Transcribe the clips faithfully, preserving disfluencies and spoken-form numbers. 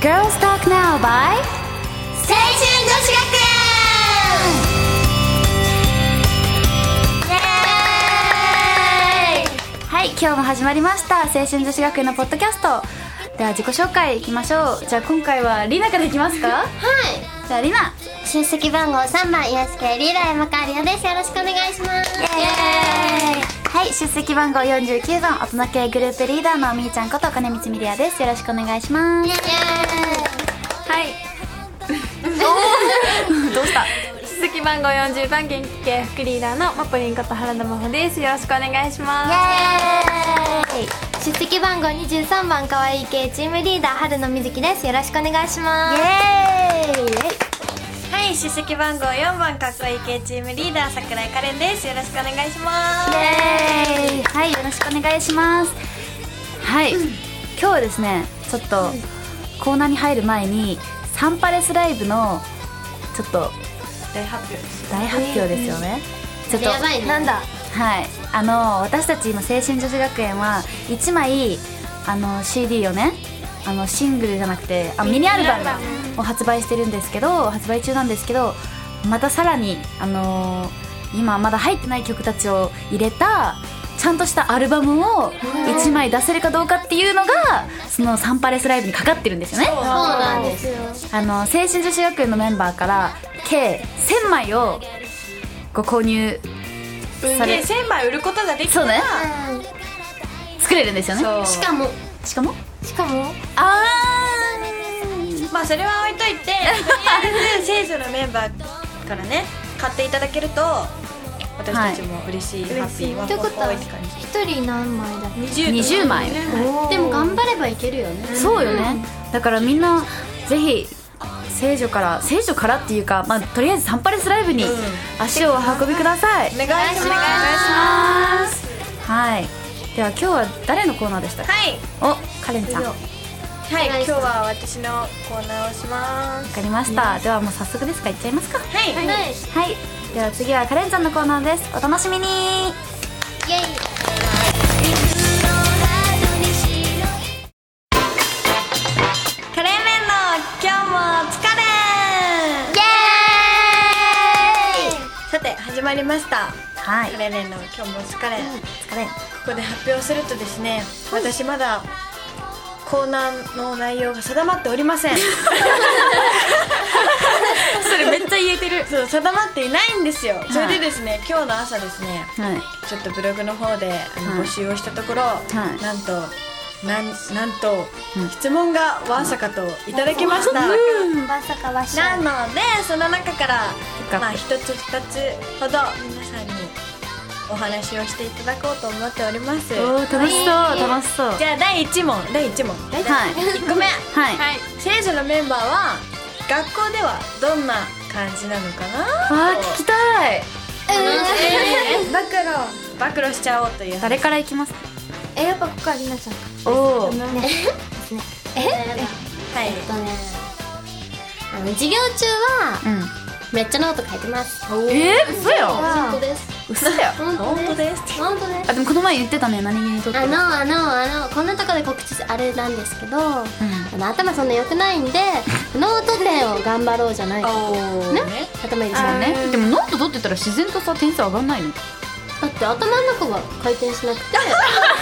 Girls Talk Now by 青春女子学園。はい、今日も始まりました青春女子学園のポッドキャスト。では自己紹介いきましょう。じゃあ今回はリナからいきますか。はい、じゃあリナ。 出席番号さんばん、イエスケリーダー山川里奈です。よろしくお願いします。イエーイ。 はい、出席番号よんじゅうきゅうばん、大人系グループリーダーのみーちゃんこと金光みりあです。よろしくお願いします。イエーイ。はいどうした。 出席番号よんじゅうばん、元気系副リーダーのマポリンこと原田真帆です。よろしくお願いします。 イエーイ。出席番号にじゅうさんばん、可愛い系チームリーダー春野瑞希です。よろしくお願いします。イエーイ。 はい、出席番号よんばん、かっこいい系チームリーダー桜井可憐です。よろしくお願いします。 イエーイ。はい、よろしくお願いします。はい、うん、今日はですね、ちょっとコーナーに入る前にサンパレスライブのちょっと大発表です。 大発表ですよね。ちょっとやばいね。なんだ。 はい、あの私たち今青春女子学園はいちまいあの シーディー をね、あのシングルじゃなくてあミニアルバムを発売してるんですけど、発売中なんですけど、またさらにあのー、今まだ入ってない曲たちを入れたちゃんとしたアルバムをいちまい出せるかどうかっていうのがそのサンパレスライブにかかってるんですよね。 そうなんですよ。 あの青春女子学園のメンバーから計せんまいをご購入され、 せんまい売ることができたら、 そうね、作れるんですよね。 しかもしかもしかもあまあそれは置いといて、とりあえず聖女のメンバーからね買っていただけると私たちも嬉しい、はい、ハッピーワンということはって感じ。 ひとり何枚だっけ。 にじゅうまい。 でも頑張ればいけるよね。 そうよね。だからみんなぜひ聖女から聖女からっていうか、まあ、とりあえずサンパレスライブに足をお運びください。 お願いします。 お願いします。はい、では今日は誰のコーナーでしたか。 はい、 お、カレンちゃん。はい、 今日は私のコーナーをします。 わかりました。ではもう早速ですか、いっちゃいますか。 はい、 はい、 はい、では次はカレンちゃんのコーナーです。お楽しみに。イエイ。 カレーメンの今日も疲れイエーイ。 さて始まりました。 はい、 カレーメンの今日も疲れ、うん、 疲れ。 ここで発表するとですね、私まだコーナーの内容が定まっておりませんそれめっちゃ言えてる。 そう、定まっていないんですよ、はい、それでですね、今日の朝ですね、 はい、 ちょっとブログの方であの、はい、募集をしたところ、はい、なんとなんなんと、うん、質問がわさかといただきました。 わさかわしなのでその中からまあ一つ二つほど皆さんにお話をしていただこうと思っております。 おー、楽しそう、楽しそう。 じゃあだいいち問、だいいち問、 はい、 いっこめ、 はい、 はい、聖女のメンバーは学校ではどんな感じなのかな。 あー、聞きたい。 えー、 暴露暴露しちゃおうという。 誰からいきますか。 え、やっぱここはりなちゃんか。 おお。 ね、え、はい、えっとね、あの授業中は、うん、めっちゃノート書いてます。 えー、嘘やん。 本当です。 嘘やん。 本当です。 本当です。 あ、でもこの前言ってたね、何気にとって。 あのあのあのこんなとこで告知あれなんですけど、うん、あの頭そんな良くないんでノート点を頑張ろうじゃないかね。頭いいですよね。 でもノート取ってたら自然とさ点数上がんないの。 だって頭の中が回転しなくて完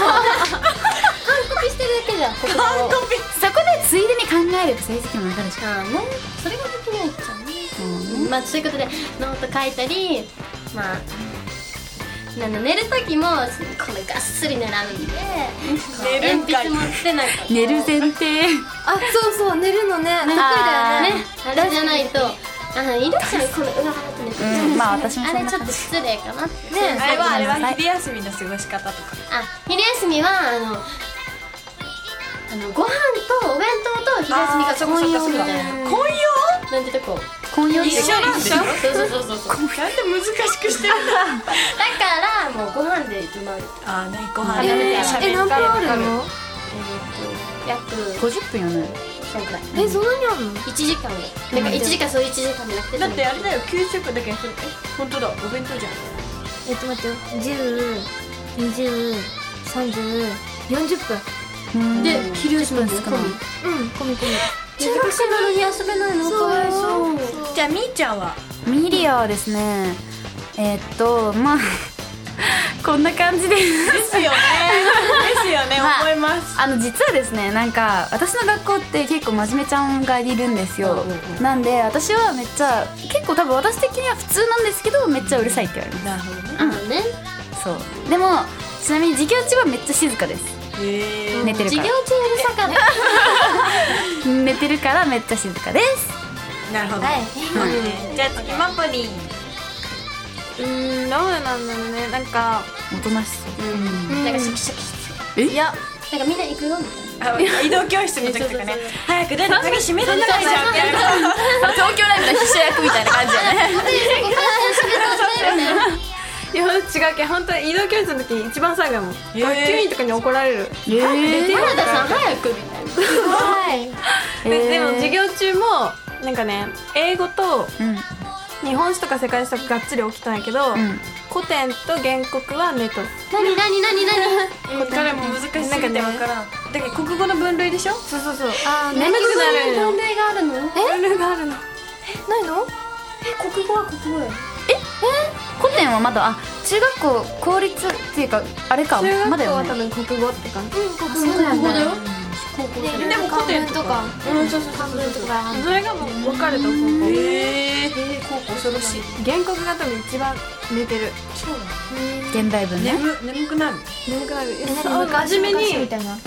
コピしてるだけじゃん。完コピ。そこでついでに考えれば成績も上がるし。 ああね、それができないっちゃうね。うん、まあそういうことでノート書いたり、まあなんだ寝る時もこれがっすり狙うんで、 寝るんかい。 鉛筆持ってなんか寝る前提。 あ、そうそう、寝るのね。得意だよね。あれじゃないと。あのいらっしゃるこのうわーって寝てる、うん、 まあ私もそんなあれちょっと失礼かなってね。 あれはあれは昼休みの過ごし方とか。 あ、昼休みはあのあのご飯とお弁当と昼休みが混用みたいな。 混用なんてとこ混用って一緒なんでしょ。 そうそうそうそう。 なんで難しくしてるんだ。 だからもうご飯で決まる。 あーね、ご飯でええ、何分あるの？ えっと約ごじゅっぷんよね。 そんくらい。え、そんなにあるの？いちじかんで。だからいちじかん、そういちじかんでやってだってあれだよ、給食だけにする。え、本当だ、お弁当じゃん。 えっと待ってよ、じゅう、にじゅう、さんじゅう、よんじゅっぷんで昼休み込み。うん、込み込み。 中学生なのに遊べないのかわいそう。 じゃあみーちゃんは？ ミリアはですね、えー、っとまあこんな感じですですよねですよね、 まあ、 思います。 あの実はですね、なんか私の学校って結構真面目ちゃんがいるんですよ、うんうんうん、なんで私はめっちゃ結構多分私的には普通なんですけどめっちゃうるさいって言われます。 なるほどね、 うん、そうでもちなみに授業中はめっちゃ静かです。 へー、 寝てるから。 授業中うるさかった寝てるからめっちゃ静かです。 なるほど、 はい、 うん、じゃあ次マポリン。 うーん、どうなんだろうね、なんかおとなしそう、うん、 なんかシャキシャキしてえいやなんかみんな行くよみたいな。 あ移動教室の時とかね、早く出て鍵閉められないじゃんみたいな。 東京ライブの秘書役みたいな感じだねいや違うけど本当に移動教室の時一番最後やもん、 ー学級委員とかに怒られる。 えー、 原田さん早くみたいな。はいで, えーでも授業中もなんかね、英語とうん日本史とか世界史とかがっつり起きたんやけど、 うん古典と原告は寝とる。 何何何何これも難しすぎてわからん。だけど国語の分類でしょ。 そうそうそう、 あー眠くなるよ。 分類があるの？ 分類があるの。 ないの？え、国語は国語よ。 古典はまだ、あ、中学校公立っていうかあれか、 中学校まだよね。 は多分国語って感じ。 うん、国語国語だよ。高校生でも古典とか、 うん、そうそうそうそう。それがもう分かれた高校。 へえ。 高校恐ろしい。 原告が多分一番寝てる。 そうだ。 現代文ね。 眠眠くなる。 眠くなる。 なんか真面目にみたいな。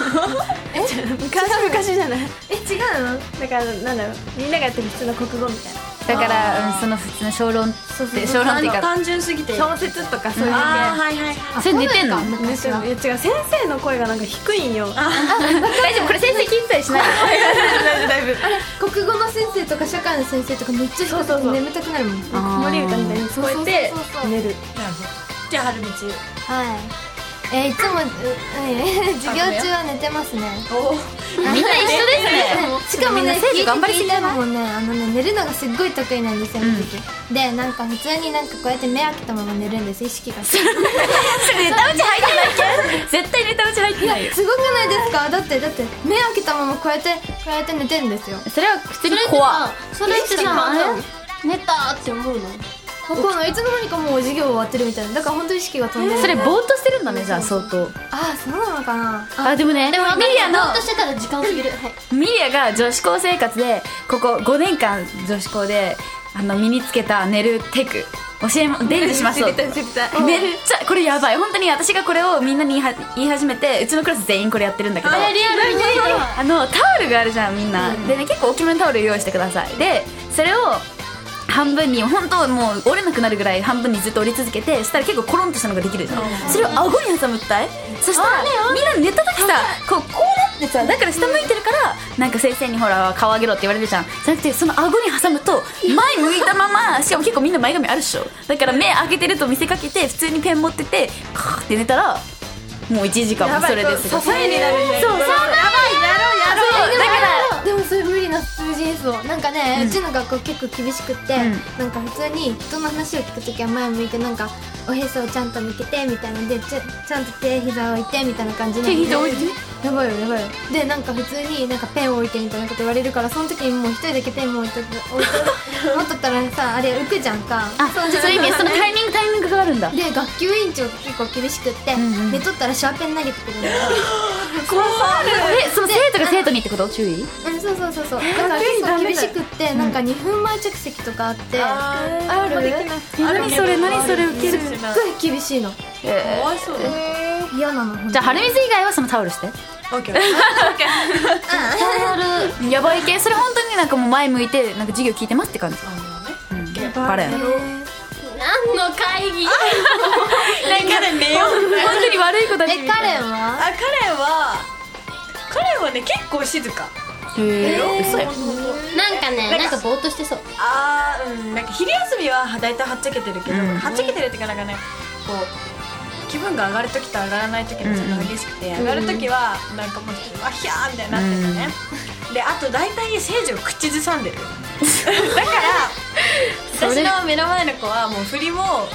昔昔じゃない。 え、違うの？ だからなんだろう、みんながやってる普通の国語みたいな。 だから、うん、その普通の小論って小論っていうか単純すぎて。 小説とかそういう系。 ああはいはい。 それ寝てんの？ 寝てる。いや違う、先生の声がなんか低いんよ。 大丈夫、これ先生聞いてたりしない？ だいぶ。 国語の先生とか社会の先生とかめっちゃ低くて眠たくなるもん。 あー森歌みたいに聞こえて寝る。 じゃあ春道。 はい。えー、いつも、うえー授業中は寝てますね。 おお。 みんな一緒ですね。 しかもね、 みんな生徒頑張りすぎじゃない？ もんね、あのね、寝るのがすっごい得意なんですよ、水木。で、なんか普通になんかこうやって目開けたまま寝るんです、意識が。 それネタ打ち入ってないけん。絶対ネタ打ち入ってないよ。 すごくないですか？だってだって目開けたままこうやってこうやって寝てるんですよ。 それは普通に怖い。 それってさ、あれ寝たって思うの？このいつの間にかもう授業終わってるみたいな。だから本当に意識が飛んでる。 それぼーっとしてるんだね、じゃあ相当。 ああ、そうなのかな。 あ、でもね、 でもミリアのぼーっとしてたら時間過ぎる。はい。 ミリアが女子高生活でここごねんかん女子高であの身につけた寝るテク教えま伝授しましょう。めっちゃこれやばい。本当に私がこれをみんなに言いは言い始めて、うちのクラス全員これやってるんだけど、 あれリアルみたいな。 あのタオルがあるじゃんみんな、うん、でね、結構大きめのタオル用意してください。でそれを半分に、本当もう折れなくなるぐらい半分にずっと折り続けて、そしたら結構コロンとしたのができるじゃん。それを顎に挟むったい。そしたらみんな寝た時さ、こうこうなってさ、だから下向いてるからなんか先生にほら顔上げろって言われるじゃん。じゃなくてその顎に挟むと前向いたまま、しかも結構みんな前髪あるっしょ。だから目開けてると見せかけて普通にペン持っててカーって寝たらもういちじかんもそれです。 支えになるんだよ。 そうそう、やばい、やろうやろう。だからでもそれ無理な数字ですわ。なんかね、 うんうちの学校結構厳しくって、 んなんか普通に人の話を聞くときは前向いて、なんかおへそをちゃんと向けてみたいなんで、ちゃちゃんと手膝を置いてみたいな感じなんで、 手膝置いてやばいよやばいよ。でなんか普通になんかペンを置いてみたいなこと言われるから、その時にもう一人だけペンも置いと置いと持っとったらさ、あれ浮くじゃんか。 あ、そういう意味、そのタイミングタイミングがあるんだ。 で学級委員長が結構厳しくって、 んうん寝とったらシャーペン投げてくるんだよ。 え、その生徒が生徒にってこと？注意？ うん、そうそうそうそう。だから結構厳しくって、なんかにふんまえ着席とかあって、ある？ 何それ、何それ、ウケる。 すっごい厳しいの。 かわいそうだ。 嫌なの。ほんとじゃあ春水以外はそのタオルして。 オッケー。 やばい系。それ本当になんかもう前向いてなんか授業聞いてますって感じ。バレ。 何の会議？ なんかで寝よう。 本当に悪い子たちえ、 みたい。 カレンは？ あ、カレンはカレンはね結構静か。 へえ、嘘や。 なんかね、なんかぼーっとしてそう。 あー、うん、なんか昼休みはだいたいはっちゃけてるけど、 うんはっちゃけてるっていうかなんかね、こう気分が上がる時と上がらない時のちょっと激しくて、 うん上がる時はなんかもうわひゃーみたいになってるのね、うん、であと大体聖女を口ずさんでるだから私の目の前の子はもう振りも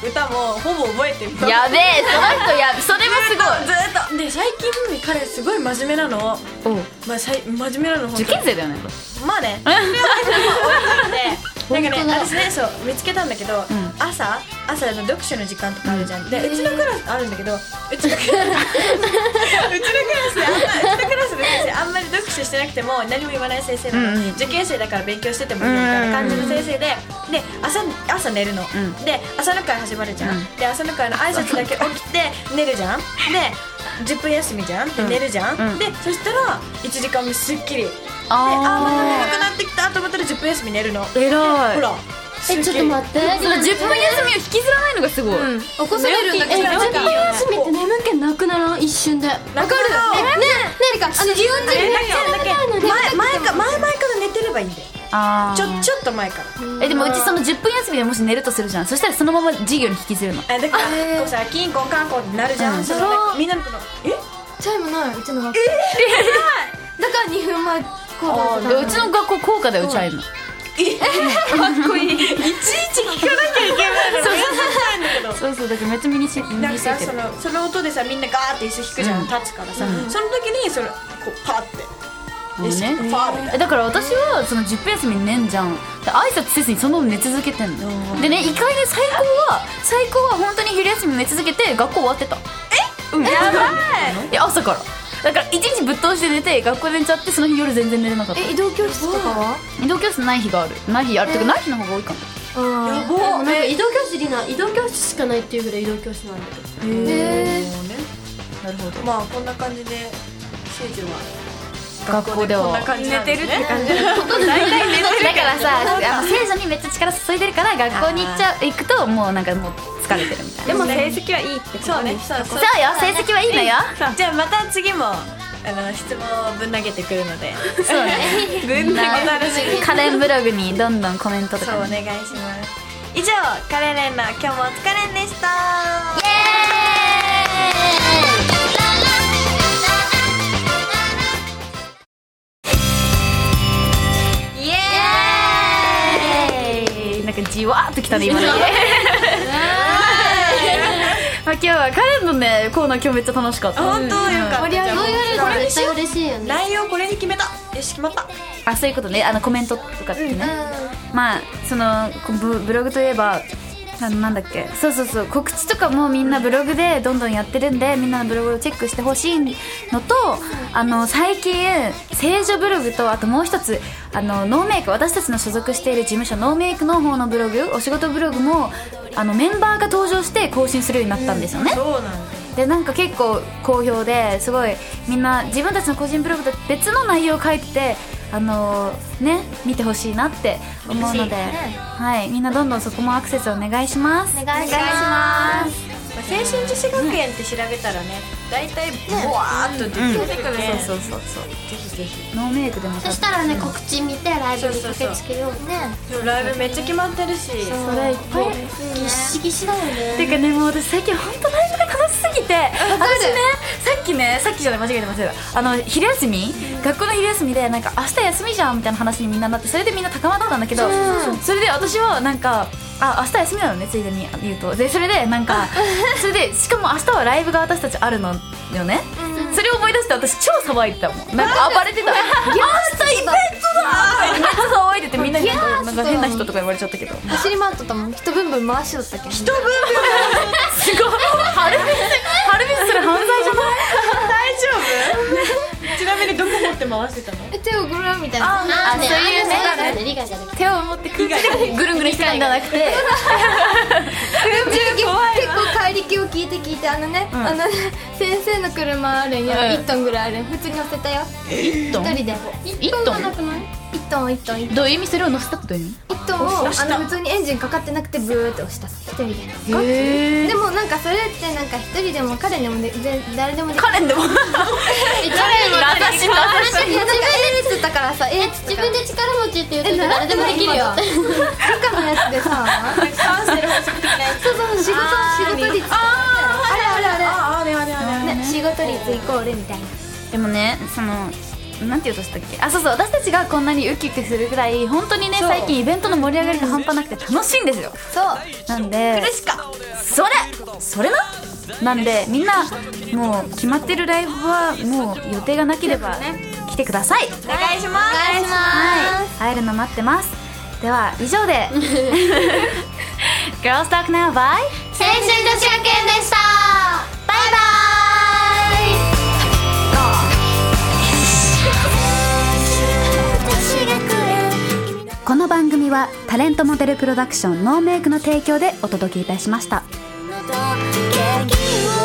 歌もほぼ覚えてるの。 やべえ、その人やそれもすごい。 ずっとで最近彼すごい真面目なの。 おうまあさい真面目なの。 受験生だよね。 まあね。それは置いといて。なんかね、私ね、そう見つけたんだけど、朝朝の読書の時間とかあるじゃん。でうちのクラスあるんだけど、うちのクラスうちのクラスであんまうちのクラスの先生あんまり読書してなくても何も言わない先生なの。受験生だから勉強しててもいいみたいな感じの先生で、で朝朝寝るの。で朝の会始まるじゃん。で朝の会の挨拶だけ起きて寝るじゃん。でじゅっぷん休みじゃん。で寝るじゃん。でそしたらいちじかんめすっきり。で、あーまた眠くなってきたと思ったらじゅっぷん休み寝るの。 えらい。 ほらえちょっと待って、 そのじゅっぷん休みを引きずらないのがすごい。 起こされるんだけど、 えじゅっぷん休みって眠気なくならん一瞬で。わかる。 なくなるえねえねえかあの日本人めっちゃ眠たいので前前か前々から寝てればいいんだよ。 あちょちょっと前からえでもうちそのじゅっぷん休みでもし寝るとするじゃん。そしたらそのまま授業に引きずるの。 えだからこうさキンコンカンコンってなるじゃん。そのみんなのこのえチャイムないうちの学校だからにふんまえこうだうちの学校校歌だよチャイム。 かっこいい。いちいち聞かなきゃいけないのめんどくさいんだけど。 そうそうだからめっちゃ身にし身なんについてる。 かそのその音でさみんなガーって椅子引くじゃん。立つからさその時にそのこうパッて椅子ねファーみたいな。 えだから私はそのじゅっぷん休みに寝んじゃん。で挨拶せずにそのまま寝続けてんの。でね一回ね最高は最高は本当に昼休み寝続けて学校終わってた。えうんやばい。いや朝からだから一日ぶっ通して寝て学校で寝ちゃってその日夜全然寝れなかった。 え移動教室とかは移動教室ない日がある。ない日あるてかない日の方が多いかも。 やばなんか移動教室リナ移動教室しかないっていうぐらい移動教室なんだけど。 へえ。 なるほど。 まあこんな感じで聖女は学校ではこんな感じなんですね。 寝てるって感じだ大体寝てるだからさあの聖女にめっちゃ力注いでるから学校に行っちゃう行くともうなんかもう疲れてるみたいな。 でも成績はいいってことそうね。そうそう。 そうよ成績はいいのよ。 じゃあまた次もあの質問をぶん投げてくるのでそうね。 ぶん投げお楽しみにカレンブログにどんどんコメントとかそうお願いします。以上カレンレンの今日もお疲れんでした。 イエーイなんかじわーっときたね今の家まあ今日はカレンのねコーナー今日めっちゃ楽しかった。 本当よかった。じゃあそう言われると絶対嬉しいよね。 内容これに決めた。よし決まった。 あそういうことね。あのコメントとかってね、まあそのブブログといえばあのなんだっけそうそうそう告知とかもみんなブログでどんどんやってるんでみんなのブログをチェックしてほしいのとあの最近聖女ブログとあともう一つあのノーメイク私たちの所属している事務所ノーメイクの方のブログお仕事ブログもあのメンバーが登場して更新するようになったんですよね。 そうなんだ。 でなんか結構好評ですごいみんな自分たちの個人ブログと別の内容を書いててあのー、ね見てほしいなって思うので、はいみんなどんどんそこもアクセスお願いします。 お願いします。 青春女子学園って調べたらね大体ボワーっと出てくるね。 そうそうそうそうぜひぜひ。 ノーメイクでもそしたらね告知見てライブに駆けつけようね。 ライブめっちゃ決まってるし。 それいっぱいぎっしぎしだよね。 てかねもう私最近本当ライブが楽しすぎて私ねさっきねさっきじゃない間違えて間違えたあの昼休み学校の昼休みでなんか明日休みじゃんみたいな話にみんななってそれでみんな高まったんだけどそれで私はなんかあ明日休みなのねついでに言うとでそれでなんかそれでしかも明日はライブが私たちあるのよね、うん、それを思い出して私超騒いでたもんなんか暴れてた明日イベントだめっちゃ騒いでてみんなになんかなんか変な人とか言われちゃったけど走り回っとったもん人ブンブン回しよったけど人分すごいハルビスハルビスする犯罪じゃない大丈夫ちなみにどこ持って回してたのえ手をぐるんみたいなあそういうねリガじゃなくて手を持って空気でぐるんぐるんしてたんじゃなくて結構怪力を聞いて聞いてあのね、うん、あのね先生の車あるんよ、うん、いちトンぐらいある普通に乗せたよいちトン一人でいちトンなくないいちトンいちトンどういう意味それを乗せたってどういう意味いちトンをあの普通にエンジンかかってなくてブーって押した一人でへでもなんかそれってなんか一人でも彼でもで誰でもできる彼でもえ誰も私の話いやなんかえーって言ったからさえーって自分で力持ちって言うと誰でもできるよ理科のやつでさカウンセル法則的なやつそうそう仕事仕事率あれあれあれああれあれあれね仕事率イコールみたいなでもねそのなんて言うとしたっけ、あそうそう私たちがこんなにウキウキするぐらい本当にね最近イベントの盛り上がりが半端なくて楽しいんですよ。そうなんで苦しかそれそれななんでみんなもう決まってるライブはもう予定がなければ来てください。 お願いします。 お願いします。 はい会えるの待ってます。では以上でGirls Talk Now by 青春女子学園でした。バイバイ。この番組はタレントモデルプロダクションノーメイクの提供でお届けいたしました。